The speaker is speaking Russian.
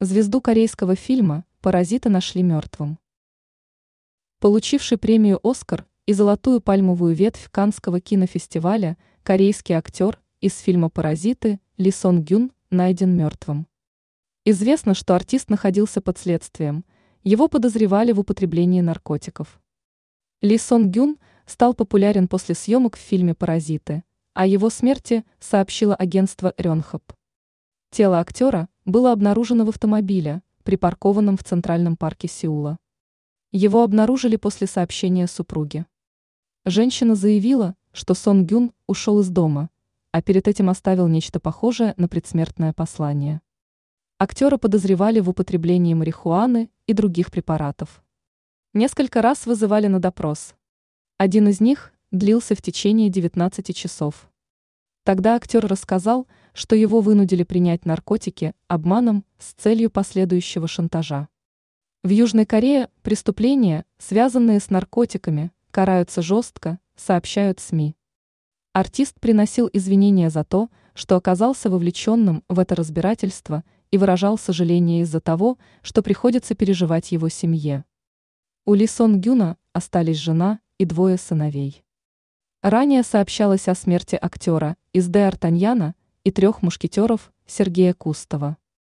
Звезду корейского фильма «Паразиты» нашли мертвым. Получивший премию «Оскар» и золотую пальмовую ветвь Каннского кинофестиваля корейский актер из фильма «Паразиты» Ли Сон Гюн найден мертвым. Известно, что артист находился под следствием, его подозревали в употреблении наркотиков. Ли Сон Гюн стал популярен после съемок в фильме «Паразиты», о его смерти сообщило агентство Рёнхап. Тело актера было обнаружено в автомобиле, припаркованном в Центральном парке Сеула. Его обнаружили после сообщения супруги. Женщина заявила, что Сон Гюн ушел из дома, а перед этим оставил нечто похожее на предсмертное послание. Актера подозревали в употреблении марихуаны и других препаратов. Несколько раз вызывали на допрос. Один из них длился в течение 19 часов. Тогда актер рассказал, что его вынудили принять наркотики обманом с целью последующего шантажа. В Южной Корее преступления, связанные с наркотиками, караются жестко, сообщают СМИ. Артист приносил извинения за то, что оказался вовлеченным в это разбирательство и выражал сожаление из-за того, что приходится переживать его семье. У Ли Сон Гюна остались жена и 2 сыновей. Ранее сообщалось о смерти актера из «Д'Артаньяна» и 3 мушкетеров Сергея Кустова.